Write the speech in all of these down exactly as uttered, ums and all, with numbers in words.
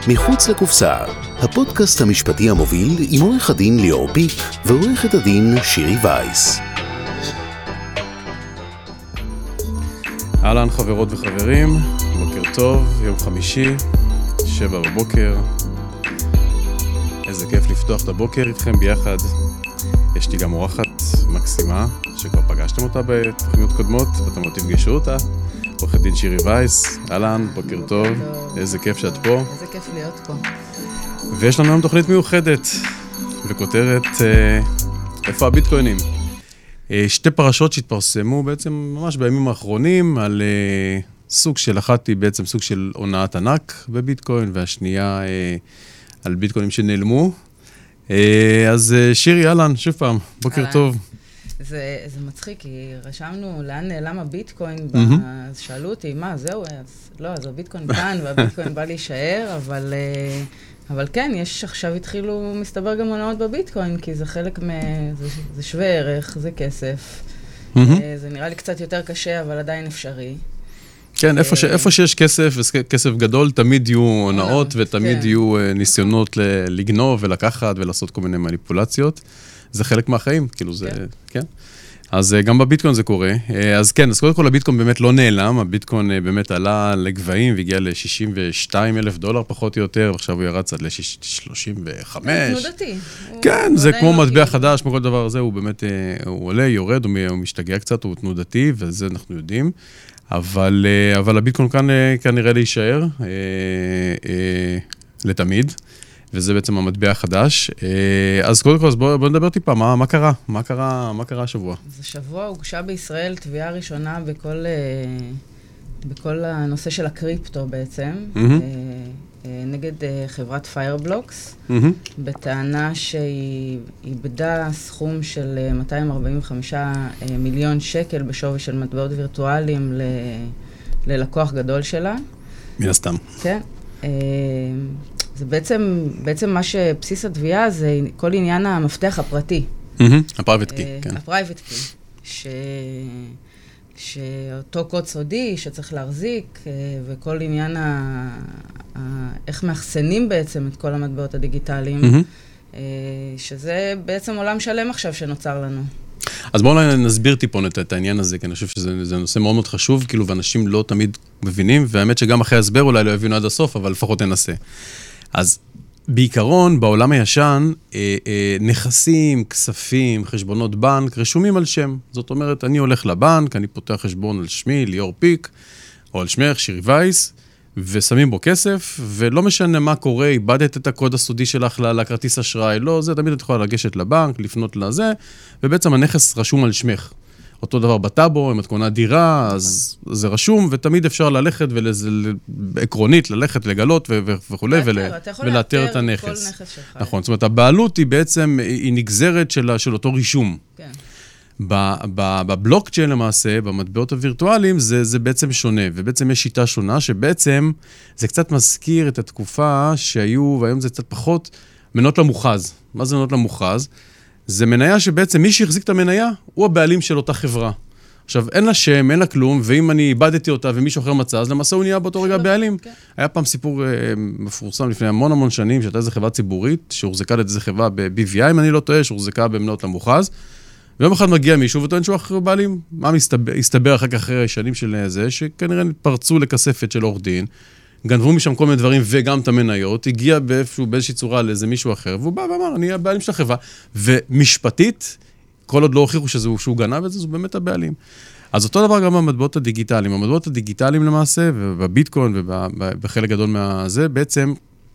מחוץ לקופסה, הפודקאסט המשפטי המוביל עם עורך הדין ליאור פיק ועורכת הדין שירי וייס. אהלן חברות וחברים, בוקר טוב, יום חמישי, שבע בבוקר. איזה כיף לפתוח את הבוקר איתכם ביחד. יש לי גם אורחת מקסימה, שכבר פגשתם אותה בתוכניות קודמות, ואתם לא תפגשו אותה. עורכת דין שירי וייס, אהלן, בוקר טוב, איזה כיף שאת פה. איזה כיף להיות פה. ויש לנו היום תוכנית מיוחדת, וכותרת, איפה הביטקוינים? שתי פרשות שהתפרסמו בעצם ממש בימים האחרונים, על סוג של אחת היא בעצם סוג של הונאת ענק בביטקוין, והשנייה על ביטקוינים שנעלמו. אז שירי, אהלן, שוב פעם, בוקר אהלן. טוב. זה, זה מצחיק, כי רשמנו לאן נעלם הביטקוין, Mm-hmm. אז שאלו אותי, מה, זהו, אז לא, אז הביטקוין כאן, והביטקוין בא להישאר, אבל, אבל כן, יש עכשיו התחילו, מסתבר גם הונאות בביטקוין, כי זה חלק מ... זה, זה שווה ערך, זה כסף. Mm-hmm. זה נראה לי קצת יותר קשה, אבל עדיין אפשרי. כן, איפה, ש... איפה שיש כסף, וכסף גדול, תמיד יהיו הונאות, ותמיד כן. יהיו ניסיונות לגנוב ולקחת ולעשות כל מיני מניפולציות. זה חלק מהחיים, כאילו זה, כן. כן. אז גם בביטקוין זה קורה. אז כן, אז קודם כל הביטקוין באמת לא נעלם, הביטקוין באמת עלה לגבהים והגיע ל-שישים ושתיים אלף דולר פחות או יותר, ועכשיו הוא ירד עד ל-שלושים וחמש. תנודתי. כן, זה כמו מטבע חדש, כמו כל דבר הזה, הוא באמת, הוא עולה, יורד, הוא משתגע קצת, הוא תנודתי, וזה אנחנו יודעים. אבל, אבל הביטקוין כאן כנראה להישאר לתמיד. וזה בעצם המטבע החדש. אז קודם כל, בואו בוא נדבר טיפה, מה, מה קרה? מה קרה, מה קרה השבוע? אז השבוע הוגשה בישראל תביעה ראשונה בכל, בכל הנושא של הקריפטו בעצם, mm-hmm. נגד חברת פיירבלוקס, mm-hmm. בטענה שהיא איבדה סכום של מאתיים ארבעים וחמישה מיליון שקל בשווי של מטבעות וירטואליים ל, ללקוח גדול שלה. מן הסתם. כן. זה בעצם, בעצם מה שבסיס התביעה זה כל עניין המפתח הפרטי. הפרייבט קי, כן. הפרייבט קי, ש... שאותו קוד סודי שצריך להחזיק, וכל עניין ה... ה... איך מאחסנים בעצם את כל המטבעות הדיגיטליים, שזה בעצם עולם שלם עכשיו שנוצר לנו. אז בואו נסביר טיפונת את העניין הזה, כי אני חושב שזה נושא מאוד מאוד חשוב, כאילו, ואנשים לא תמיד מבינים, והאמת שגם אחרי הסבר אולי לא יבינו עד הסוף, אבל לפחות ננסה. אז בעיקרון, בעולם הישן, אה, אה, נכסים, כספים, חשבונות בנק, רשומים על שם. זאת אומרת, אני הולך לבנק, אני פותח חשבון על שמי, ליאור פיק, או על שמך, שירי וייס, ושמים בו כסף, ולא משנה מה קורה, איבדת את הקוד הסודי שלך לכרטיס אשראי, לא, זה תמיד את יכולה לגשת לבנק, לפנות לזה, ובעצם הנכס רשום על שמך. אותו דבר בטאבו, אם את קונה דירה, אז זה רשום, ותמיד אפשר ללכת, ועקרונית, ללכת, לגלות וכו', ולאתר את הנכס. נכון, זאת אומרת, הבעלות היא בעצם, היא נגזרת של אותו רישום. כן. בבלוקצ'יין למעשה, במטבעות הווירטואליים, זה, זה בעצם שונה, ובעצם יש שיטה שונה, שבעצם זה קצת מזכיר את התקופה שהיו, והיום זה קצת פחות, מנות למוכז. מה זה מנות למוכז? זה מניה שבעצם מי שהחזיק את המניה, הוא הבעלים של אותה חברה. עכשיו, אין לה שם, אין לה כלום, ואם אני איבדתי אותה ומישהו אחר מצא, אז למעשה הוא נהיה באותו רגע בעלים. Okay. היה פעם סיפור uh, מפורסם לפני המון המון שנים, שהייתה איזו חברה ציבורית, שהוחזקה לאיזו חברה ב-בי וי איי, אם אני לא טועה, שהוחזקה במנות למוכז, ויום אחד מגיע מישהו וטוען שהוא אחר בעלים. מה מסתבר, הסתבר אחר כך אחרי שנים של זה, שכנראה פרצו לכספת של עורך דין, גנבו משם כל מיני דברים וגם את המניות, הגיע באיפשהו, באיזושהי צורה לאיזה מישהו אחר, והוא בא ואמר, אני הבעלים של החברה. ומשפטית, כל עוד לא הוכיחו שהוא, שהוא גנב את זה, זו באמת הבעלים. אז אותו דבר גם במטבעות הדיגיטליים. המטבעות הדיגיטליים למעשה, ובביטקוין ובחלק גדול מהזה, בעצם,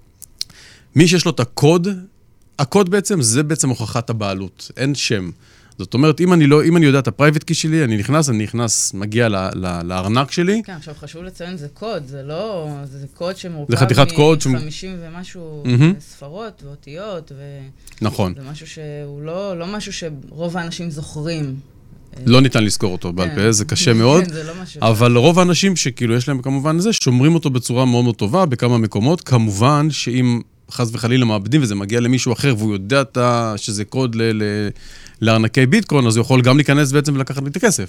מי שיש לו את הקוד, הקוד בעצם, זה בעצם הוכחת הבעלות. אין שם. זאת אומרת, אם אני לא, אם אני יודע את הפרייבט קי שלי, אני נכנס, אני נכנס, מגיע ל, ל, לארנק שלי. כן, עכשיו חשוב לציין, זה קוד, זה לא, זה קוד שמורכב זה חתיכת קוד מ-חמישים ומשהו mm-hmm. ספרות ואותיות, ו... נכון. זה משהו שהוא לא, לא משהו שרוב האנשים זוכרים. לא ניתן לזכור אותו בעל פה, זה קשה מאוד, כן, זה לא משהו. אבל רוב האנשים שכאילו יש להם כמובן זה, שומרים אותו בצורה מאוד מאוד טובה, בכמה מקומות, כמובן שאם חס וחלילה מעבדים וזה מגיע למישהו אחר, והוא יודע שזה קוד ל... לארנקי ביטקוין, אז הוא יכול גם להיכנס בעצם ולקחת את הכסף. Okay.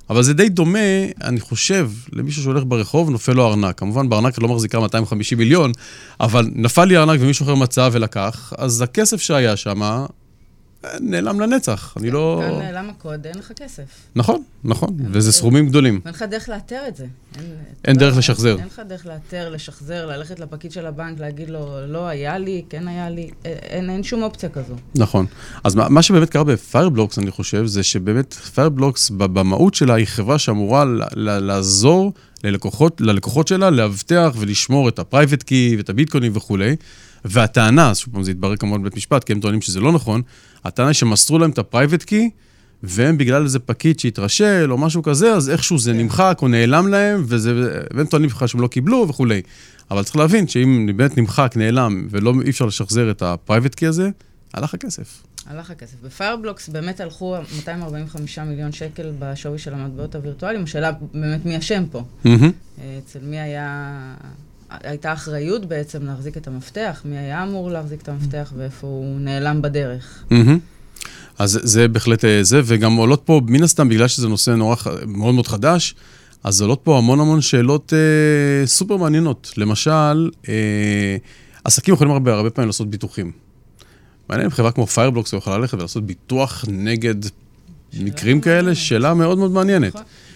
אבל זה די דומה, אני חושב, למישהו שהולך ברחוב, נופל לו ארנק. כמובן, בארנק לא מחזיקה מאתיים וחמישים מיליון, אבל נפל לי ארנק ומישהו אחר מצא ולקח, אז הכסף שהיה שם נעלם לנצח. אני לא... כאן נעלם הקוד, אין לך כסף. נכון, נכון, וזה סכומים גדולים. אין לך דרך לאתר את זה. אין דרך לשחזר. אין לך דרך לאתר, לשחזר, ללכת לפקיד של הבנק, להגיד לו, לא היה לי, כן היה לי, אין שום אופציה כזו. נכון. אז מה שבאמת קרה בפיירבלוקס, אני חושב, זה שבאמת פיירבלוקס, במהות שלה, היא חברה שאמורה לעזור ללקוחות שלה, להבטח ולשמור את הפרייבט קי ואת הביטקוינים וכולי. והטענה, שוב פעם זה יתברר כמובן בבית משפט, כי הם טוענים שזה לא נכון, הטענה היא שמסרו להם את הפרייבט קי, והם בגלל איזה פקיד שהתרשל או משהו כזה, אז איכשהו זה נמחק או נעלם להם, וזה, והם טוענים בכלל שהם לא קיבלו וכולי. אבל צריך להבין שאם באמת נמחק, נעלם, ולא אי אפשר לשחזר את הפרייבט קי הזה, הלך הכסף. הלך הכסף. בפיירבלוקס באמת הלכו מאתיים ארבעים וחמישה מיליון שקל בשווי של המטבעות הווירטואליים, השאלה באמת מי אשם פה. אצל מי היה... הייתה אחריות בעצם להחזיק את המפתח, מי היה אמור להחזיק את המפתח ואיפה הוא נעלם בדרך. אז זה בהחלט זה, וגם עולות פה, מן הסתם, בגלל שזה נושא נורא מאוד מאוד חדש, אז עולות פה המון המון שאלות אה, סופר מעניינות. למשל, אה, עסקים יכולים הרבה, הרבה פעמים לעשות ביטוחים. מעניין, חברה כמו פיירבלוקס יכולה ללכת ולעשות ביטוח נגד מקרים כאלה, שאלה מאוד מאוד מעניינת.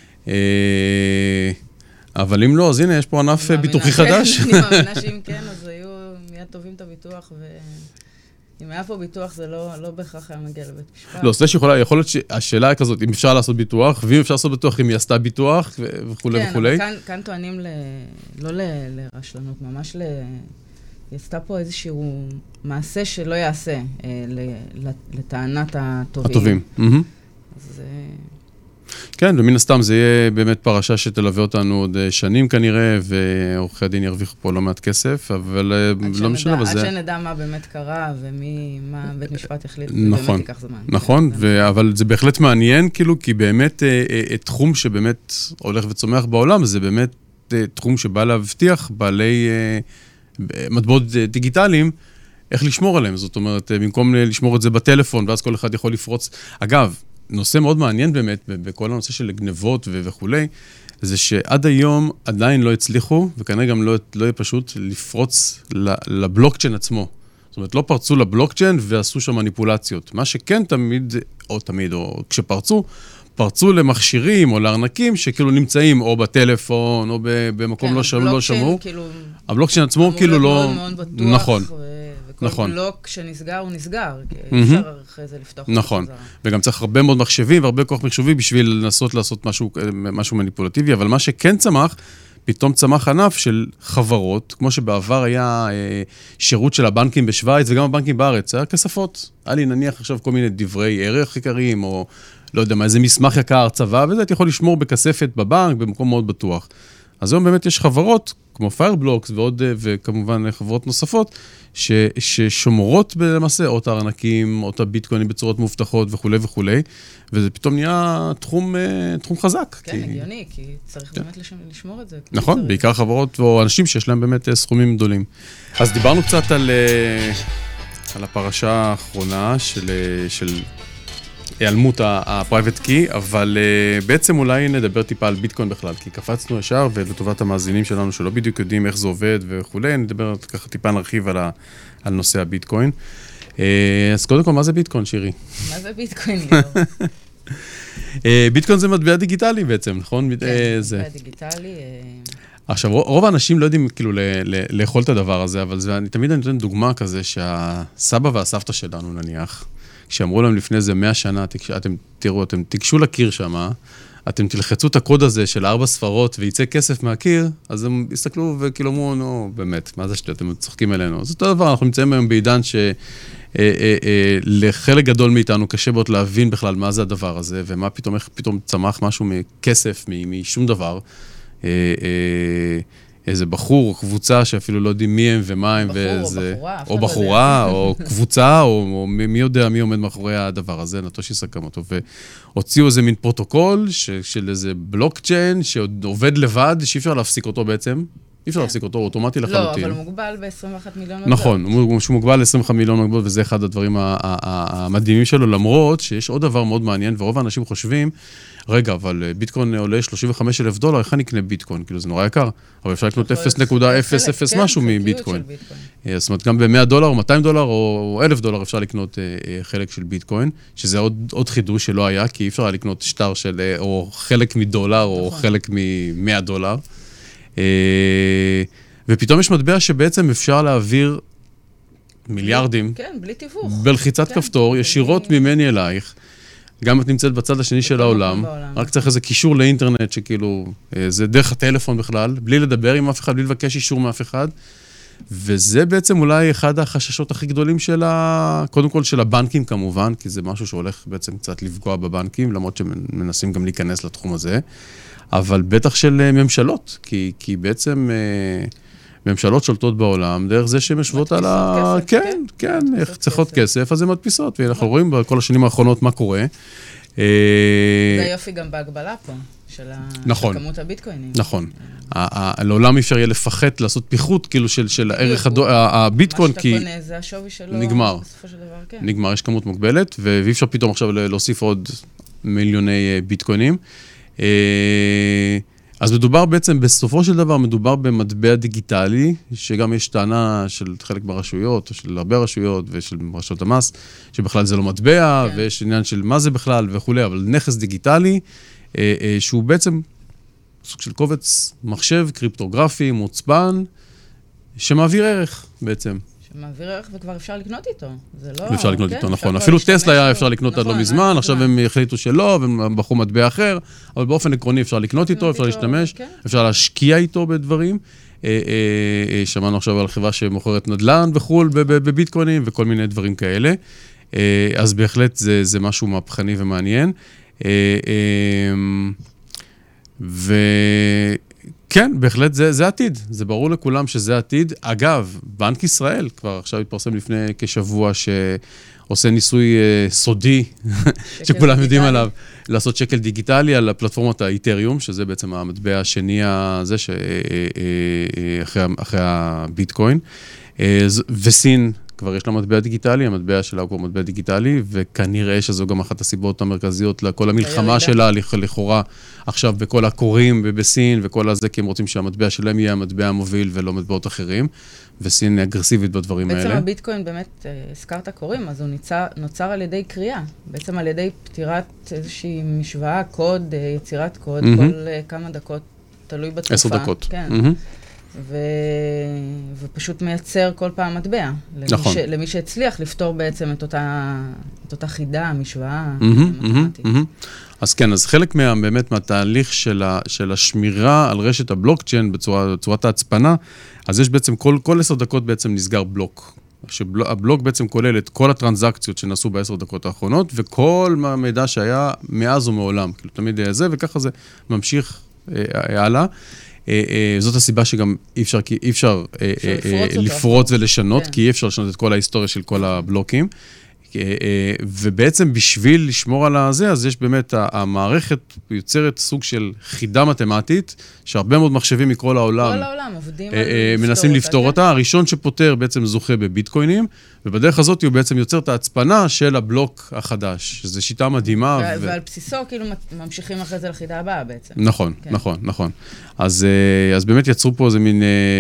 אה, אבל אם לא, אז הנה, יש פה ענף ביטוחי חדש. אני מאמינה שאם כן, אז היו מיד טובים את הביטוח, ואם היה פה ביטוח, זה לא בהכרח היה מגיע לבית משפט. לא, זה שיכולה, יכול להיות שהשאלה היא כזאת, אם אפשר לעשות ביטוח, ואם אפשר לעשות ביטוח, אם היא עשתה ביטוח, וכו' וכו'. כן, אבל כאן טוענים לא לרשלנות, ממש ל... היא עשתה פה איזשהו מעשה שלא יעשה לטענת הטובים. הטובים. אז... כן, ומן הסתם זה יהיה באמת פרשה שתלווה אותנו עוד שנים כנראה, ועורכי הדין ירוויחו פה לא מעט כסף, אבל לא משנה, אבל זה... עד שנדע מה באמת קרה, ומי, מה בית משפט החליט, זה באמת ייקח זמן. נכון, אבל זה בהחלט מעניין, כאילו, כי באמת תחום שבאמת הולך וצומח בעולם, זה באמת תחום שבא להבטיח בעלי מטבעות דיגיטליים, איך לשמור עליהם. זאת אומרת, במקום לשמור את זה בטלפון, ואז כל אחד יכול לפרוץ. אגב, נושא מאוד מעניין באמת, בכל הנושא של גנבות וכולי, זה שעד היום עדיין לא הצליחו, וכנראה גם לא, לא יהיה פשוט לפרוץ לבלוקצ'יין עצמו. זאת אומרת, לא פרצו לבלוקצ'יין ועשו שם מניפולציות. מה שכן תמיד, או תמיד, או כשפרצו, פרצו למכשירים או לארנקים שכאילו נמצאים או בטלפון או במקום לא שמרו. הבלוקצ'יין עצמו כאילו לא... נכון. וכל בלוק שנסגר הוא נסגר, כי אפשר אחרי זה לפתוח. נכון, וגם צריך הרבה מאוד מחשבים והרבה כוח מחשובי בשביל לנסות לעשות משהו, משהו מניפולטיבי, אבל מה שכן צמח, פתאום צמח ענף של חברות, כמו שבעבר היה אה, שירות של הבנקים בשוויץ וגם הבנקים בארץ, היה כספות. היה לי נניח עכשיו כל מיני דברי ערך יקרים, או לא יודע מה, איזה מסמך יקר, צבא, וזה אתה יכול לשמור בכספת בבנק, במקום מאוד בטוח. אז היום באמת יש חברות, כמו פיירבלוקס ועוד, וכמובן חברות נוספות, ש, ששומרות למעשה, או את הארנקים, או את הביטקוינים בצורות מובטחות וכו' וכו', וזה פתאום נהיה תחום, תחום חזק. כן, כי... הגיוני, כי צריך כן. באמת לשמור את זה. נכון, צריך... בעיקר חברות או אנשים שיש להם באמת סכומים גדולים. אז דיברנו קצת על, על הפרשה האחרונה של... של העלמות הפרייבט קי, אבל uh, בעצם אולי נדבר טיפה על ביטקוין בכלל, כי קפצנו ישר, ולטובת המאזינים שלנו שלא בדיוק יודעים איך זה עובד וכו', נדבר ככה טיפה נרחיב על, ה, על נושא הביטקוין. Uh, אז קודם כל, מה זה ביטקוין, שירי? מה זה ביטקוין? uh, ביטקוין זה מטבע דיגיטלי בעצם, נכון? כן, uh, זה מטבע דיגיטלי. Uh... עכשיו, רוב האנשים לא יודעים כאילו ל- ל- לאכול את הדבר הזה, אבל זה, אני תמיד נותן דוגמה כזה, שהסבא והסבתא שלנו נניח, כשאמרו להם לפני זה מאה שנה, אתם תראו, אתם תיגשו לקיר שם, אתם תלחצו את הקוד הזה של ארבע ספרות ויצא כסף מהקיר, אז הם הסתכלו וכאילו אמרו, נו, באמת, מה זה שטויות, אתם צוחקים אלינו. אז אותו דבר, אנחנו נמצאים היום בעידן שלחלק גדול מאיתנו קשה מאוד להבין בכלל מה זה הדבר הזה, ומה פתאום, איך פתאום צמח משהו מכסף, משום דבר. איזה בחור או קבוצה שאפילו לא יודעים מי הם ומה הם, ואיזה... או בחורה, או קבוצה, או מי יודע מי עומד מאחורי הדבר הזה, נטושי סקמוטו, והוציאו איזה מין פרוטוקול של איזה בלוקצ'יין שעוד עובד לבד, שאי אפשר להפסיק אותו בעצם, אי אפשר להפסיק אותו, הוא אוטומטי לחלוטין. לא, אבל הוא מוגבל ב-עשרים ואחת מיליון. נכון, הוא מוגבל ל-עשרים ואחת מיליון מגבות, וזה אחד הדברים המדהימים שלו, למרות שיש עוד דבר מאוד מעניין, ורוב האנשים חושבים, רגע, אבל ביטקוין עולה שלושים וחמישה אלף דולר, איך אני אקנה ביטקוין? כאילו, זה נורא יקר, אבל אפשר לקנות אפס נקודה אפס אפס משהו מביטקוין. זאת אומרת, גם ב-מאה דולר או מאתיים דולר או אלף דולר אפשר לקנות חלק של ביטקוין, שזה עוד חידוש שלא היה, כי אי אפשר לקנות שטר של, או חלק מדולר, או חלק מ-מאה דולר. ופתאום יש מטבע שבעצם אפשר להעביר מיליארדים. כן, בלי תיווך. בלחיצת כפתור, ישירות ממני אלייך. גם את נמצאת בצד השני של העולם, רק צריך איזה קישור לאינטרנט שכאילו, זה דרך הטלפון בכלל, בלי לדבר עם אף אחד, בלי לבקש אישור מאף אחד. וזה בעצם אולי אחד החששות הכי גדולים של ה... קודם כל של הבנקים כמובן, כי זה משהו שהולך בעצם קצת לפגוע בבנקים, למרות שמנסים גם להיכנס לתחום הזה. אבל בטח של ממשלות, כי, כי בעצם ממשלות שולטות בעולם, דרך זה שהן יושבות על ה... כסף, כן, כן, כן איך צריכות כסף. כסף, אז הן מדפיסות, ואנחנו רואים בכל השנים האחרונות מה קורה. זה יופי גם בהגבלה פה, של כמות הביטקוינים. נכון. לעולם אפשר יהיה לפחת, לעשות פיחות, כאילו של הערך הביטקוין, כי... מה שאתה קונה, זה השווי שלו. נגמר. בסופו של דבר, כן. נגמר, יש כמות מוגבלת, ואי אפשר פתאום עכשיו להוסיף עוד מיליוני ביטקוינים. אז מדובר בעצם, בסופו של דבר, מדובר במטבע דיגיטלי, שגם יש טענה של חלק מהרשויות, או של הרבה רשויות, ושל רשויות המס, שבכלל זה לא מטבע, כן. ויש עניין של מה זה בכלל וכו', אבל נכס דיגיטלי, שהוא בעצם סוג של קובץ מחשב, קריפטוגרפי, מוצפן, שמעביר ערך בעצם. מעביר ערך וכבר אפשר לקנות איתו. זה לא... אפשר לקנות איתו, נכון. אפילו טסלה היה אפשר לקנות עד לא מזמן, עכשיו הם החליטו שלא, והם בחרו מטבע אחר, אבל באופן עקרוני אפשר לקנות איתו, אפשר להשתמש, אפשר להשקיע איתו בדברים. שמענו עכשיו על חברה שמוכרת נדל"ן וחול בביטקוינים וכל מיני דברים כאלה. אז בהחלט זה משהו מהפכני ומעניין. ו... כן, בהחלט זה, זה עתיד. זה ברור לכולם שזה עתיד. אגב, בנק ישראל כבר עכשיו התפרסם לפני כשבוע שעושה ניסוי סודי, שכולם יודעים עליו, לעשות שקל דיגיטלי על הפלטפורמת האיתריום, שזה בעצם המטבע השני הזה שאחרי אחרי הביטקוין. וסין כבר יש לה מטבע דיגיטלי, המטבע שלה הוא כבר מטבע דיגיטלי, וכנראה שזו גם אחת הסיבות המרכזיות לכל המלחמה שלה, לכאורה עכשיו בכל הקוראים בסין וכל הזה, כי הם רוצים שהמטבע שלהם יהיה המטבע המוביל ולא מטבעות אחרים, וסין אגרסיבית בדברים האלה. בעצם הביטקוין באמת, הזכרת קוראים, אז הוא נוצר, נוצר על ידי קריאה, בעצם על ידי פתירת איזושהי משוואה, קוד, יצירת קוד, mm-hmm. כל כמה דקות, תלוי בתקופה. עשר דקות. כן. Mm-hmm. ו... ופשוט מייצר כל פעם מטבע. נכון. למי, ש... למי שהצליח לפתור בעצם את אותה, את אותה חידה, משוואה mm-hmm, מתמטית. Mm-hmm, mm-hmm. אז כן, אז חלק מה, באמת מהתהליך של, ה... של השמירה על רשת הבלוקצ'יין בצורה, בצורת ההצפנה, אז יש בעצם כל, כל עשר דקות בעצם נסגר בלוק. שהבלוק בעצם כולל את כל הטרנזקציות שנעשו בעשר דקות האחרונות, וכל המידע שהיה מאז ומעולם. כאילו תמיד היה זה, וככה זה ממשיך אה, הלאה. זאת הסיבה שגם אי אפשר, אי אפשר לפרוץ ולשנות, כי אי אפשר לשנות את כל ההיסטוריה של כל הבלוקים. ובעצם בשביל לשמור על הזה, אז יש באמת, המערכת יוצרת סוג של חידה מתמטית, שהרבה מאוד מחשבים מכל העולם, כל העולם עובדים מנסים לפתור אותה. הראשון שפותר בעצם זוכה בביטקוינים, ובדרך הזאת הוא בעצם יוצר את ההצפנה של הבלוק החדש, שזו שיטה מדהימה. ועל בסיסו כאילו ממשיכים אחרי זה לחידה הבאה בעצם. נכון, נכון, נכון. אז באמת יצרו פה איזה מין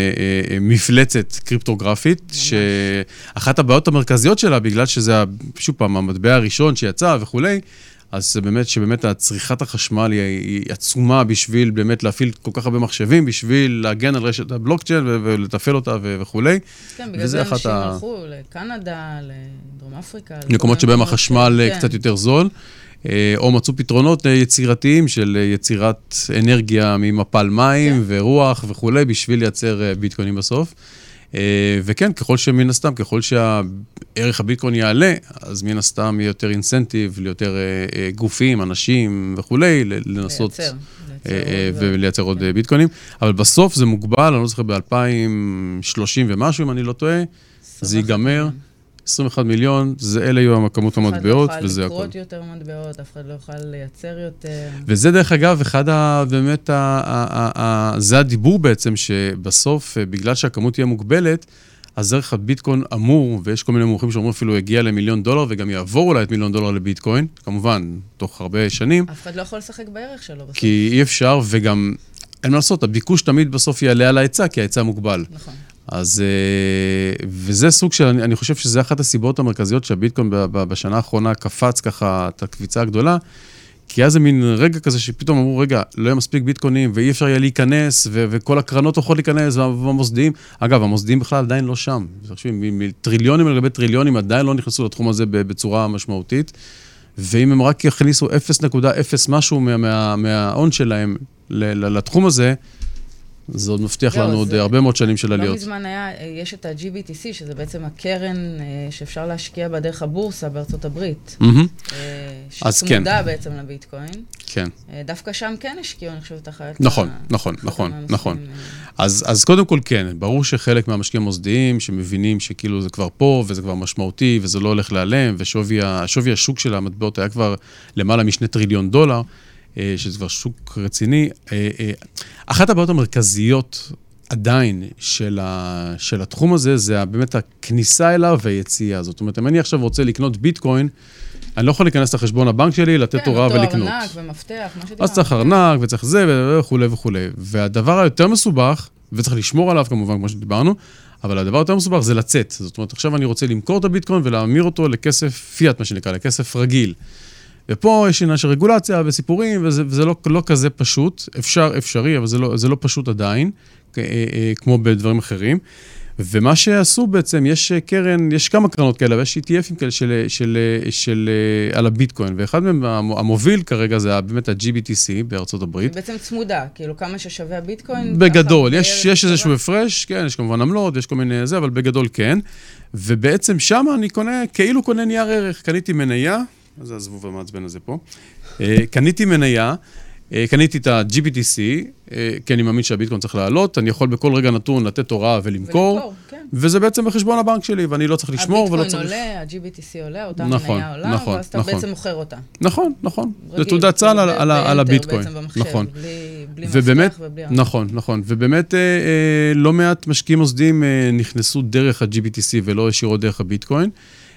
מפלצת קריפטוגרפית, שאחת הבעיות המרכזיות שלה, בגלל שזה שוב פעם, המטבע הראשון שיצא וכולי, אז זה באמת שבאמת הצריכת החשמל היא, היא עצומה בשביל באמת להפעיל כל כך הרבה מחשבים, בשביל להגן על רשת הבלוקצ'יין ולתפעל אותה וכולי. כן, בגלל זה אנשים ה... הלכו לקנדה, לדרום אפריקה. מקומות שבהם החשמל כן. קצת יותר זול, או מצאו פתרונות יצירתיים של יצירת אנרגיה ממפל מים כן. ורוח וכולי, בשביל לייצר ביטקוינים בסוף. וכן, ככל שמן הסתם, ככל שהערך הביטקוין יעלה, אז מן הסתם יהיה יותר אינסנטיב, ליותר גופים, אנשים וכולי, לנסות ולייצר עוד ביטקוינים. אבל בסוף זה מוגבל, אני לא זוכר ב-אלפיים ושלושים ומשהו, אם אני לא טועה, זה ייגמר. עשרים ואחד מיליון, זה אלה היו הכמות המטבעות, וזה הכל. אף אחד לא יוכל לקרות יותר מטבעות, אף אחד לא יוכל לייצר יותר. וזה דרך אגב, אחד ה... באמת, ה, ה, ה, ה, זה הדיבור בעצם, שבסוף, בגלל שהכמות תהיה מוגבלת, אז ערך הביטקוין אמור, ויש כל מיני מומחים שאומרים אפילו יגיע למיליון דולר, וגם יעבור אולי את מיליון דולר לביטקוין, כמובן, תוך הרבה שנים. אף אחד לא יכול לשחק בערך שלו בסוף. כי אי אפשר, וגם, אין מה לעשות, הביקוש תמיד בסוף יעלה על ההיצע, כי ההיצע מוגבל. נכון. אז, וזה סוג של, אני, אני חושב שזה אחת הסיבות המרכזיות שהביטקוין בשנה האחרונה קפץ ככה את הקביצה הגדולה, כי היה זה מין רגע כזה שפתאום אמרו, רגע, לא יהיה מספיק ביטקוינים, ואי אפשר יהיה להיכנס, ו- וכל הקרנות הולכות להיכנס, והמוסדיים, אגב, המוסדיים בכלל עדיין לא שם. טריליונים לגבי טריליונים עדיין לא נכנסו לתחום הזה בצורה משמעותית, ואם הם רק יכניסו אפס נקודה אפס משהו מה, מה, מההון שלהם לתחום הזה, זה עוד מבטיח לנו עוד הרבה מאוד שנים של עליות. לא מזמן היה, יש את ה-ג'י בי טי סי, שזה בעצם הקרן שאפשר להשקיע בה דרך הבורסה בארצות הברית. שצמודה בעצם לביטקוין. כן. דווקא שם כן השקיעו, אני חושבת, אחת. נכון, נכון, נכון, נכון. אז קודם כל כן, ברור שחלק מהמשקיעים המוסדיים שמבינים שכאילו זה כבר פה, וזה כבר משמעותי, וזה לא הולך להיעלם, ושווי השוק של המטבעות היה כבר למעלה משני טריליון דולר, שזה כבר שוק רציני. אחת הבעיות המרכזיות עדיין של, ה, של התחום הזה, זה באמת הכניסה אליו והיציאה. זאת אומרת, אם אני עכשיו רוצה לקנות ביטקוין, אני לא יכול להיכנס לחשבון הבנק שלי, לתת כן, הוראה ולקנות. כן, אותו ארנק ומפתח, מה שדיברנו. אז צריך ארנק וצריך זה וכו' וכו'. והדבר היותר מסובך, וצריך לשמור עליו כמובן, כמו שדיברנו, אבל הדבר היותר מסובך זה לצאת. זאת אומרת, עכשיו אני רוצה למכור את הביטקוין ולהמיר אותו לכסף פיאט, מה שנקרא, לכסף רגיל. ופה יש עניין של רגולציה וסיפורים, וזה, וזה לא, לא כזה פשוט, אפשר, אפשרי, אבל זה לא, זה לא פשוט עדיין, כמו בדברים אחרים. ומה שעשו בעצם, יש קרן, יש כמה קרנות כאלה, ויש אי טי אפים כאלה של, של, של, של, על הביטקוין, ואחד מהם, המוביל כרגע זה באמת ה-ג'י בי טי סי בארצות הברית. בעצם צמודה, כאילו כמה ששווה הביטקוין. בגדול, יש, יש איזשהו הפרש, כן, יש כמובן עמלות, יש כל מיני זה, אבל בגדול כן. ובעצם שם אני קונה, כאילו קונה נייר ערך, קניתי מניה, אז זה הזבוב המעצבן הזה פה. קניתי מניה, קניתי את ה-ג'י בי טי סי, כי אני מאמין שהביטקוין צריך לעלות, אני יכול בכל רגע נתון לתת הוראה ולמכור, וזה בעצם בחשבון הבנק שלי, ואני לא צריך לשמור ולא צריך... הביטקוין עולה, ה-ג'י בי טי סי עולה, אותה מניה עולה, ואז אתה בעצם מוכר אותה. נכון, נכון. זה תעודת צה"ל על הביטקוין. נכון. בלי מפתח ובלי... נכון, נכון. ובאמת לא מעט משקיעים מוסדיים נכנסו דרך ה-ג'י בי טי סי ולא ישירות דרך הביטקוין.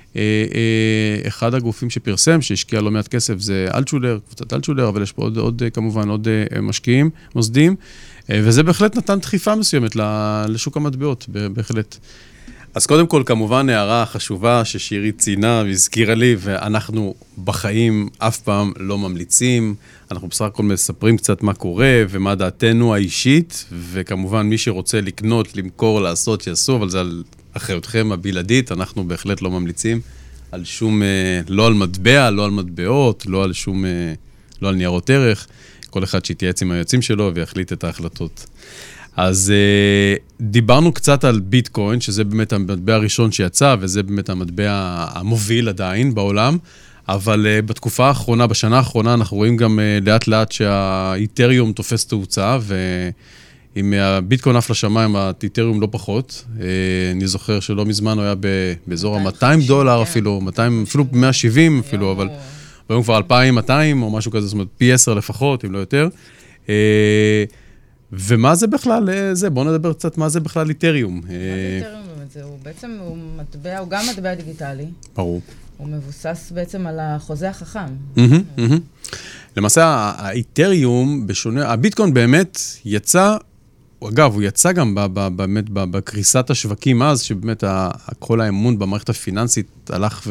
אחד הגופים שפרסם, שהשקיע לא מעט כסף, זה אלטשולר, קבוצת אלטשולר, אבל יש פה עוד, עוד, כמובן, עוד משקיעים, מוסדים, וזה בהחלט נתן דחיפה מסוימת לשוק המטבעות, בהחלט. אז קודם כל, כמובן, הערה חשובה ששירי ציינה והזכירה לי, ואנחנו בחיים אף פעם לא ממליצים, אנחנו בסך הכל מספרים קצת מה קורה, ומה דעתנו האישית, וכמובן, מי שרוצה לקנות, למכור, לעשות, יעשו, אבל זה על... אחריותכם הבלעדית, אנחנו בהחלט לא ממליצים על שום, לא על מטבע, לא על מטבעות, לא על שום, לא על ניירות ערך, כל אחד שיתייעץ עם היועצים שלו ויחליט את ההחלטות. אז דיברנו קצת על ביטקוין, שזה באמת המטבע הראשון שיצא, וזה באמת המטבע המוביל עדיין בעולם, אבל בתקופה האחרונה, בשנה האחרונה, אנחנו רואים גם לאט לאט שהאיתריום תופס תאוצה, ו... אם הביטקוין עף לשמיים, האיתריום לא פחות. אני זוכר שלא מזמן הוא היה באזור ה-מאתיים דולר אפילו, מאתיים, אפילו מאה שבעים אפילו, אבל היום כבר אלפיים ומאתיים או משהו כזה, זאת אומרת פי עשר לפחות, אם לא יותר. ומה זה בכלל זה? בואו נדבר קצת מה זה בכלל איתריום. מה זה איתריום באמת? זה בעצם הוא מטבע, הוא גם מטבע דיגיטלי. ברור. הוא מבוסס בעצם על החוזה החכם. למעשה, האיתריום בשונה, הביטקוין באמת יצא, אגב, הוא יצא גם באמת בקריסת השווקים אז, שבאמת כל האמון במערכת הפיננסית הלך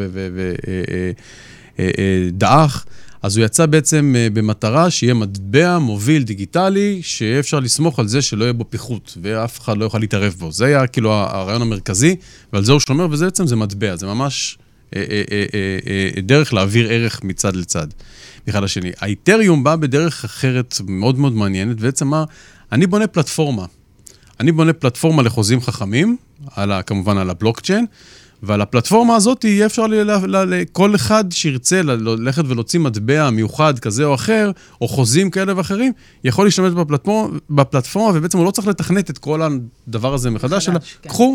ודעך, אז הוא יצא בעצם במטרה שיהיה מטבע מוביל דיגיטלי, שיהיה אפשר לסמוך על זה שלא יהיה בו פיחות, ואף אחד לא יוכל להתערב בו. זה היה כאילו הרעיון המרכזי, ועל זה הוא שומר, וזה בעצם זה מטבע, זה ממש דרך להעביר ערך מצד לצד. אחד לשני. האיתריום בא בדרך אחרת מאוד מאוד מעניינת, בעצם מה, אני בונה פלטפורמה. אני בונה פלטפורמה לחוזים חכמים, על, כמובן על הבלוקצ'יין, ועל הפלטפורמה הזאת יהיה אפשר לכל אחד שירצה ללכת ולהוציא מטבע מיוחד כזה או אחר, או חוזים כאלה ואחרים, יכול להשתמש בפלטפורמה, בפלטפורמה ובעצם הוא לא צריך לתכנת את כל הדבר הזה מחדש, אלא קחו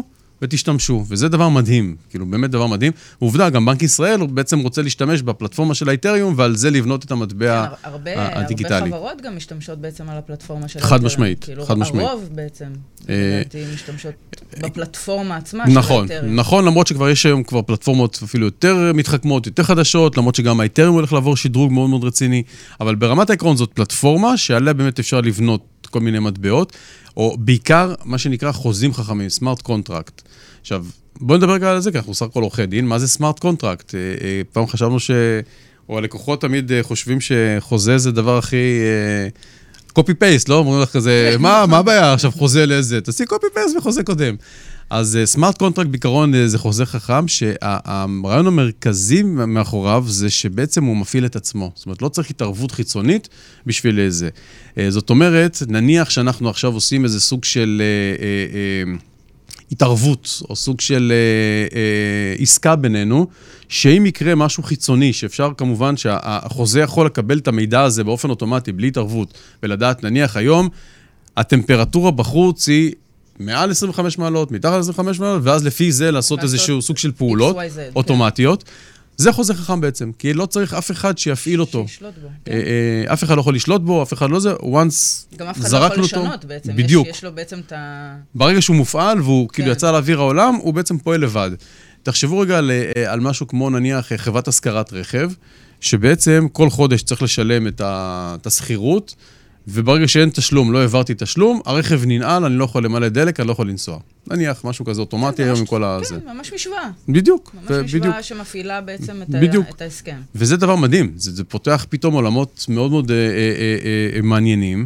ותשתמשו, וזה דבר מדהים, כאילו באמת דבר מדהים. ועובדה, גם בנק ישראל הוא בעצם רוצה להשתמש בפלטפורמה של האתריום, ועל זה לבנות את המטבע כן, הרבה, הדיגיטלי. הרבה חברות גם משתמשות בעצם על הפלטפורמה של חד משמעית, כאילו, חד משמעית. הרוב בעצם, לדעתי, משתמשות בפלטפורמה עצמה נכון, של האתריום. נכון, למרות שכבר יש היום כבר פלטפורמות אפילו יותר מתחכמות, יותר חדשות, למרות שגם האתריום הולך לעבור שדרוג מאוד מאוד רציני, אבל ברמת העקרון זאת פלטפורמה שעליה באמת אפשר לבנות כל מיני מטבעות, או בעיקר מה שנקרא חוזים חכמים, סמארט קונטרקט. עכשיו, בואו נדבר כאן על זה, כי אנחנו סך הכל עורכי דין, מה זה סמארט קונטרקט? פעם חשבנו ש... או הלקוחות תמיד חושבים שחוזה זה דבר הכי... קופי פייסט, לא? אומרים לך כזה, מה, מה הבעיה עכשיו חוזה לאיזה? תעשי קופי פייסט וחוזה קודם. אז סמארט קונטרקט בעיקרון זה חוזה חכם, שהרעיון המרכזי מאחוריו זה שבעצם הוא מפעיל את עצמו. זאת אומרת, לא צריך התערבות חיצונית בשביל איזה. זאת אומרת, נניח שאנחנו עכשיו עושים איזה סוג של אה, אה, התערבות, או סוג של אה, אה, עסקה בינינו, שאם יקרה משהו חיצוני, שאפשר כמובן שהחוזה יכול לקבל את המידע הזה באופן אוטומטי, בלי התערבות, ולדעת, נניח היום, הטמפרטורה בחוץ היא מעל עשרים וחמש מעלות, מתחת עשרים וחמש מעלות, ואז לפי זה לעשות איזשהו סוג של פעולות אוטומטיות. זה חוזה חכם בעצם, כי לא צריך אף אחד שיפעיל אותו. שישלוט בו. אף אחד לא יכול לשלוט בו, אף אחד לא זה, once זרקנו אותו. גם אף אחד לא יכול לשנות בעצם. בדיוק. יש לו בעצם את ה... ברגע שהוא מופעל, והוא כאילו יצא לאוויר העולם, הוא בעצם פועל לבד. תחשבו רגע על משהו כמו נניח חברת השכרת רכב, שבעצם כל חודש צריך לשלם את הסחירות, וברגע שאין תשלום, לא העברתי תשלום, הרכב ננעל, אני לא יכול למלא דלק, אני לא יכול לנסוע. נניח, משהו כזה אוטומטי היום עם כל הזה. כן, ממש משוואה. בדיוק. ממש משוואה שמפעילה בעצם את ההסכם. וזה דבר מדהים, זה פותח פתאום עולמות מאוד מאוד מעניינים,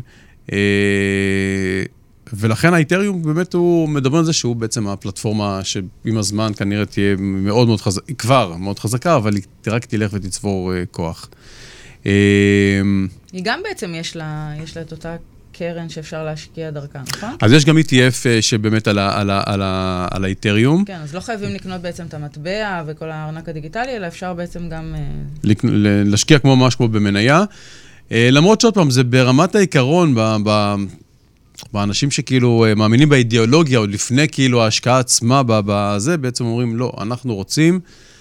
ולכן האתריום באמת הוא מדבר על זה שהוא בעצם הפלטפורמה שעם הזמן כנראה תהיה מאוד מאוד חזקה, היא כבר מאוד חזקה, אבל היא רק תלך ותצבור כוח. היא גם בעצם יש לה, יש לה את אותה קרן שאפשר להשקיע דרכה, נכון? אז יש גם אי טי אף שבאמת על, על, על, על האתריום. כן, אז לא חייבים לקנות בעצם את המטבע וכל הארנק הדיגיטלי, אלא אפשר בעצם גם... להשקיע כמו ממש כמו במניה. למרות שעוד פעם, זה ברמת העיקרון, ב, ב, באנשים שכאילו מאמינים באידיאולוגיה, עוד לפני כאילו ההשקעה עצמה בזה, בעצם אומרים, לא, אנחנו רוצים...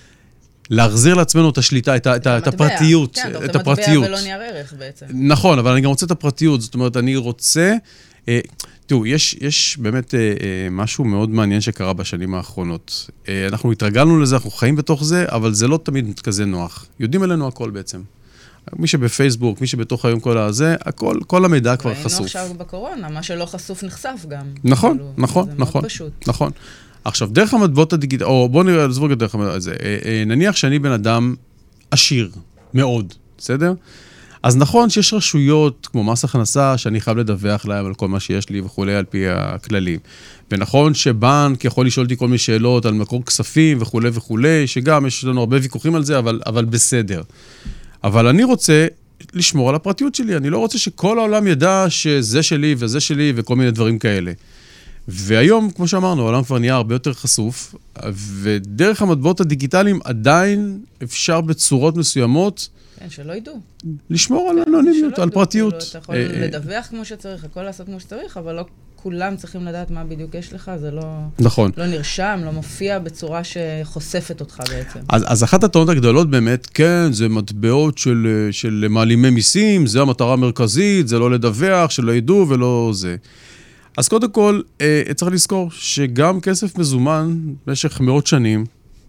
להחזיר לעצמנו את השליטה, את, את, את הפרטיות. כן, אתה את רוצה מטבע ולא נייר ערך בעצם. נכון, אבל אני גם רוצה את הפרטיות, זאת אומרת, אני רוצה... אה, תראו, יש, יש באמת אה, משהו מאוד מעניין שקרה בשנים האחרונות. אה, אנחנו התרגלנו לזה, אנחנו חיים בתוך זה, אבל זה לא תמיד כזה נוח. יודעים עלינו הכל בעצם. מי שבפייסבוק, מי שבתוך היום כל הזה, הכל, כל המידע כבר חשוף. ראינו עכשיו בקורונה, מה שלא חשוף נחשף גם. נכון, כאילו, נכון, זה נכון. מאוד פשוט. נכון. עכשיו, דרך המטבעות הדיגיטליות, או בואו נראה, לזבוג את דרך המטבעות הזה, נניח שאני בן אדם עשיר מאוד, בסדר? אז נכון שיש רשויות כמו מס הכנסה, שאני חייב לדווח להם על כל מה שיש לי וכולי, על פי הכללים. ונכון שבנק יכול לשאול אותי כל מיני שאלות על מקור כספים וכולי וכולי, שגם יש לנו הרבה ויכוחים על זה, אבל, אבל בסדר. אבל אני רוצה לשמור על הפרטיות שלי, אני לא רוצה שכל העולם ידע שזה שלי וזה שלי וכל מיני דברים כאלה. והיום, כמו שאמרנו, העולם כבר נהיה הרבה יותר חשוף, ודרך המטבעות הדיגיטליים עדיין אפשר בצורות מסוימות... כן, שלא ידעו. לשמור על אנונימיות, על פרטיות. אתה יכול לדווח כמו שצריך, הכל לעשות כמו שצריך, אבל לא כולם צריכים לדעת מה בדיוק יש לך, זה לא... נכון. לא נרשם, לא מופיע בצורה שחושפת אותך בעצם. אז, אז אחת הטענות הגדולות באמת, כן, זה מטבעות של, של מעלימי מיסים, זה המטרה המרכזית, זה לא לדווח, שלא ידעו ולא זה. אז קודם כל, צריך לזכור שגם כסף מזומן במשך מאות שנים,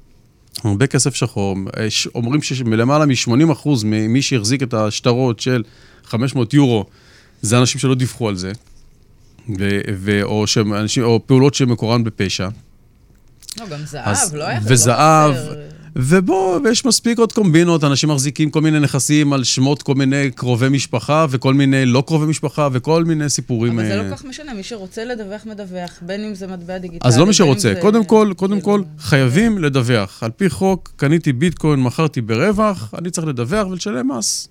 הרבה כסף שחור, אומרים שמלמעלה מ-שמונים אחוז ממי שהחזיק את השטרות של חמש מאות יורו, זה אנשים שלא דיווחו על זה, ו- ו- או, שאנשים, או פעולות שמקורן בפשע. לא, גם זהב, לא היה וזהב, ובוא, ויש מספיק עוד קומבינות, אנשים מחזיקים כל מיני נכסים על שמות כל מיני קרובי משפחה, וכל מיני לא קרובי משפחה, וכל מיני סיפורים. אבל זה לא כך משנה, מי שרוצה לדווח, מדווח, בין אם זה מטבע דיגיטלי. אז לא מי שרוצה, קודם כל, קודם כל, חייבים לדווח. על פי חוק, קניתי ביטקוין, מכרתי ברווח, אני צריך לדווח ולשלם מס.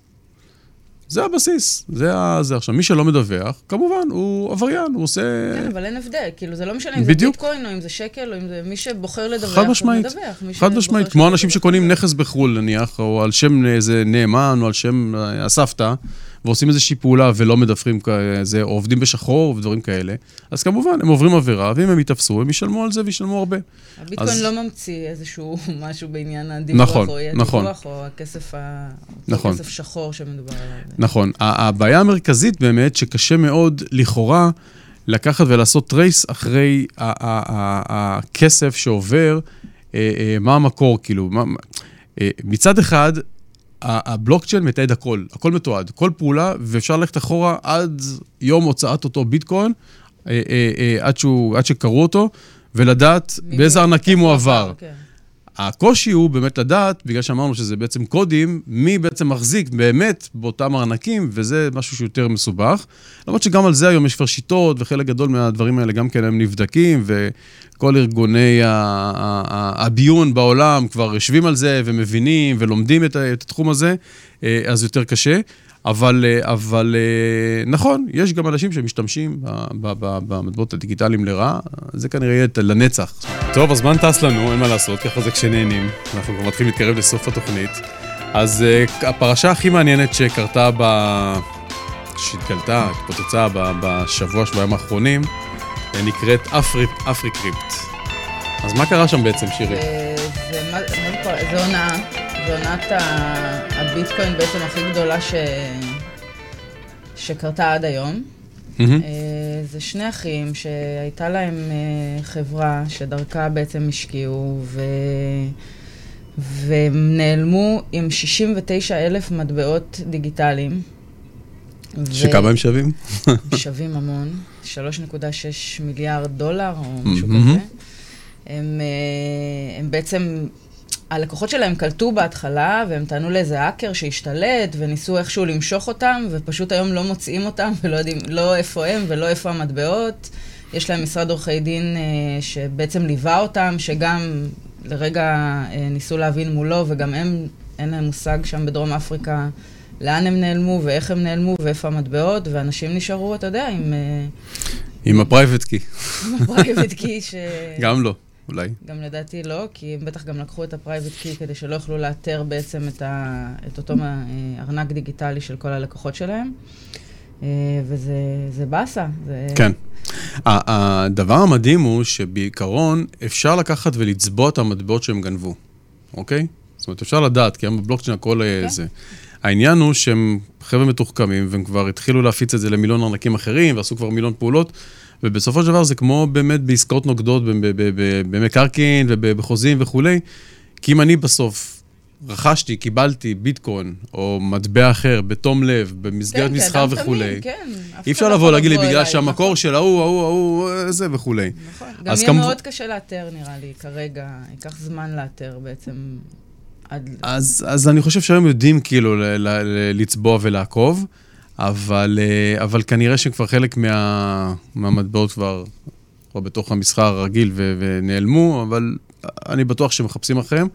זה הבסיס, זה זה עכשיו. מי שלא מדווח, כמובן, הוא עבריין, הוא עושה... כן, אבל אין הבדל, כאילו זה לא משנה אם זה ביטקוין, או אם זה שקל, או אם זה מי שבוחר לדווח, הוא מדווח. חד משמעית, כמו אנשים שקונים נכס בחו"ל, נניח, או על שם איזה נאמן, או על שם הסבתא, ועושים איזושהי פעולה ולא מדווחים כזה, או עובדים בשחור ודברים כאלה, אז כמובן, הם עוברים עבירה, ואם הם יתפסו, הם ישלמו על זה וישלמו הרבה. הביטקוין אז... לא ממציא איזשהו משהו בעניין הדיווח, נכון, או נכון. הדיווח, או הכסף, ה... נכון. הכסף שחור שמדובר עליו. נכון. הבעיה המרכזית באמת, שקשה מאוד לכאורה, לקחת ולעשות טרייס אחרי הכסף שעובר, מה המקור, כאילו, מצד אחד, הבלוקצ'יין מתעד הכל, הכל מתועד, כל פעולה, ואפשר ללכת אחורה עד יום הוצאת אותו ביטקוין, עד שקראו אותו, ולדעת באיזה ארנקים הוא עבר. הקושי הוא באמת לדעת, בגלל שאמרנו שזה בעצם קודים, מי בעצם מחזיק באמת באותם ארנקים, וזה משהו שיותר מסובך. למרות שגם על זה היום יש כבר שיטות, וחלק גדול מהדברים האלה גם כן הם נבדקים, וכל ארגוני הביון בעולם כבר יושבים על זה, ומבינים, ולומדים את התחום הזה, אז יותר קשה. אבל, אבל נכון, יש גם אנשים שמשתמשים במטבעות הדיגיטליים לרעה, זה כנראה יהיה לנצח. טוב, הזמן טס לנו, אין מה לעשות, ככה זה כשנהנים, אנחנו כבר מתחילים להתקרב לסוף התוכנית. אז הפרשה הכי מעניינת שקרתה, ב... שהתגלתה, התפוצצה בשבוע, שבועיים האחרונים, נקראת אפריקריפט. אז מה קרה שם בעצם, שירי? זה, מה, זה עונה. זו עונת הביטקוין בעצם הכי גדולה ש... שקרתה עד היום. Mm-hmm. זה שני אחים שהייתה להם חברה שדרכה בעצם השקיעו, ו... והם נעלמו עם שישים ותשעה אלף מטבעות דיגיטליים. שכמה הם שווים? שווים המון, שלוש נקודה שש מיליארד דולר או משהו mm-hmm. כזה. הם, הם בעצם... הלקוחות שלהם קלטו בהתחלה, והם טענו לאיזה האקר שהשתלט, וניסו איכשהו למשוך אותם, ופשוט היום לא מוצאים אותם, ולא יודעים לא איפה הם ולא איפה המטבעות. יש להם משרד עורכי דין שבעצם ליווה אותם, שגם לרגע ניסו להבין מולו, וגם הם, אין להם מושג שם בדרום אפריקה, לאן הם נעלמו, ואיך הם נעלמו, ואיפה המטבעות, ואנשים נשארו, אתה יודע, עם... עם הפרייבט קי. עם הפרייבט קי ש... גם לא. אולי. גם לדעתי לא, כי הם בטח גם לקחו את הפרייבט קי כדי שלא יוכלו לאתר בעצם את, ה, את אותו ארנק דיגיטלי של כל הלקוחות שלהם, וזה זה באסה. זה... כן. הדבר המדהים הוא שבעיקרון אפשר לקחת ולצבוע את המטבעות שהם גנבו, אוקיי? זאת אומרת, אפשר לדעת, כי הם בבלוקצ'יין הכל okay. זה. העניין הוא שהם חבר'ה מתוחכמים, והם כבר התחילו להפיץ את זה למיליון ארנקים אחרים, ועשו כבר מיליון פעולות, ובסופו של דבר זה כמו באמת בעסקאות נוגדות, במקרקעין ובחוזים וכולי, כי אם אני בסוף רכשתי, קיבלתי ביטקוין או מטבע אחר בתום לב, במסגרת מסחר וכולי, אי אפשר לבוא להגיד לי בגלל שהמקור של ההוא, ההוא, ההוא, זה וכולי. נכון, גם יהיה מאוד קשה לאתר נראה לי, כרגע, ייקח זמן לאתר בעצם. אז, אז אני חושב שהיום יודעים כאילו לצבוע ולעקוב, אבל, אבל כנראה שכבר חלק מה, מהמטבעות כבר, כבר בתוך המסחר הרגיל ו, ונעלמו, אבל אני בטוח שמחפשים אחריהם.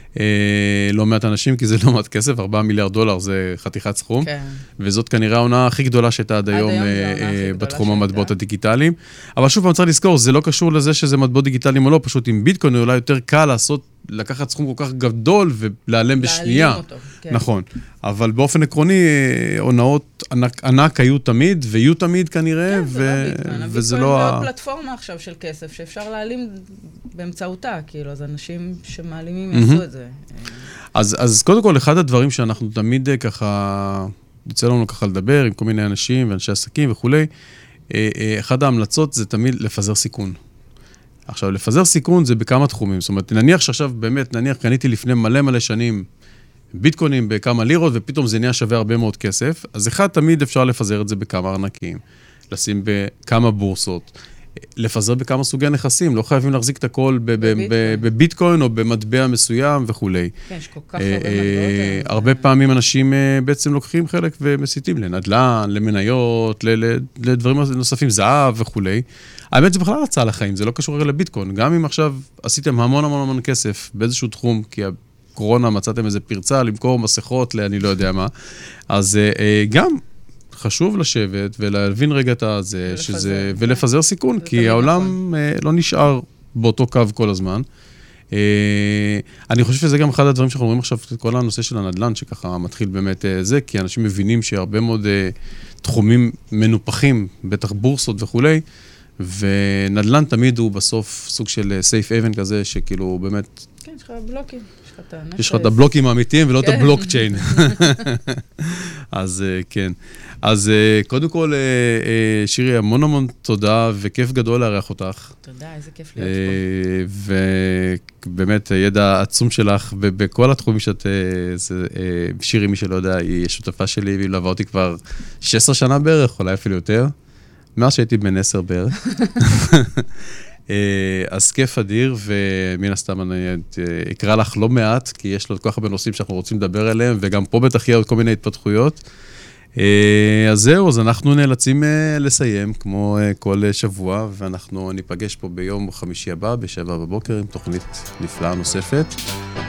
לא מעט אנשים, כי זה לא מעט כסף, ארבעה מיליארד דולר זה חתיכת סכום, כן. וזאת כנראה העונה הכי גדולה שהייתה עד, עד היום, היום בתחום המטבעות הדיגיטליים. אבל שוב, אני צריך לזכור, זה לא קשור לזה שזה מטבעות דיגיטליים או לא, פשוט עם ביטקוין אולי יותר קל לעשות, לקחת סכום כל כך גדול ולהיעלם בשנייה. אותו, כן. נכון. אבל באופן עקרוני, עונאות ענק, ענק היו תמיד, ויהיו תמיד כנראה, כן, ו... זה לא ביטקוין. וזה הביטקוין לא... זה עוד פלטפורמה עכשיו של כסף, שאפשר להעלים באמצעותה, כאילו, אז אנשים שמעלימים יעשו את זה. אז, אז קודם כל, אחד הדברים שאנחנו תמיד ככה, יוצא לנו ככה לדבר עם כל מיני אנשים ואנשי עסקים וכולי, אחד ההמלצות זה תמיד לפזר סיכון. עכשיו, לפזר סיכון זה בכמה תחומים. זאת אומרת, נניח שעכשיו באמת, נניח קניתי לפני מלא מלא שנים ביטקוינים בכמה לירות, ופתאום זה נהיה שווה הרבה מאוד כסף, אז אחד, תמיד אפשר לפזר את זה בכמה ארנקים, לשים בכמה בורסות, לפזר בכמה סוגי נכסים, לא חייבים להחזיק את הכל בביטקוין או במטבע מסוים וכולי. כן, יש כל כך הרבה מטבעות. הרבה פעמים אנשים בעצם לוקחים חלק ומסיתים לנדל"ן, למניות, לדברים נוספים, זהב וכולי. האמת זה בכלל הצעה לחיים, זה לא קשור רגע לביטקוין. גם אם עכשיו עשיתם המון המון המון כסף באיזשהו תחום, כי הקורונה מצאתם איזה פרצה למכור מסכות לאני לא יודע מה, אז גם חשוב לשבת ולהבין רגע את זה, שזה, ולפזר סיכון, כי העולם לא נשאר באותו קו כל הזמן. אני חושב שזה גם אחד הדברים שאנחנו רואים עכשיו, כל הנושא של הנדל"ן, שככה מתחיל באמת זה, כי אנשים מבינים שהרבה מאוד תחומים מנופחים, בטח בורסות וכולי, ונדל"ן תמיד הוא בסוף סוג של סייף אבן כזה, שכאילו באמת... כן, יש לך בלוקים, יש לך את הנכס. יש לך את הבלוקים האמיתיים ולא את הבלוקצ'יין. אז כן. אז קודם כל, שירי, המון המון תודה, וכיף גדול לארח אותך. תודה, איזה כיף להיות פה. ובאמת, ידע עצום שלך, ובכל התחומים שאת, שירי, מי שלא יודע, היא שותפה שלי, והיא לווה אותי כבר שש עשרה שנה בערך, אולי אפילו יותר. מאז שהייתי בן עשר בערך. אז כיף אדיר, ומן הסתם אני אקרא לך לא מעט, כי יש לו כל כך הרבה נושאים שאנחנו רוצים לדבר עליהם, וגם פה בטח יהיו עוד כל מיני התפתחויות. אז זהו, אז אנחנו נאלצים לסיים, כמו כל שבוע, ואנחנו ניפגש פה ביום חמישי הבא, בשבע בבוקר, עם תוכנית נפלאה נוספת.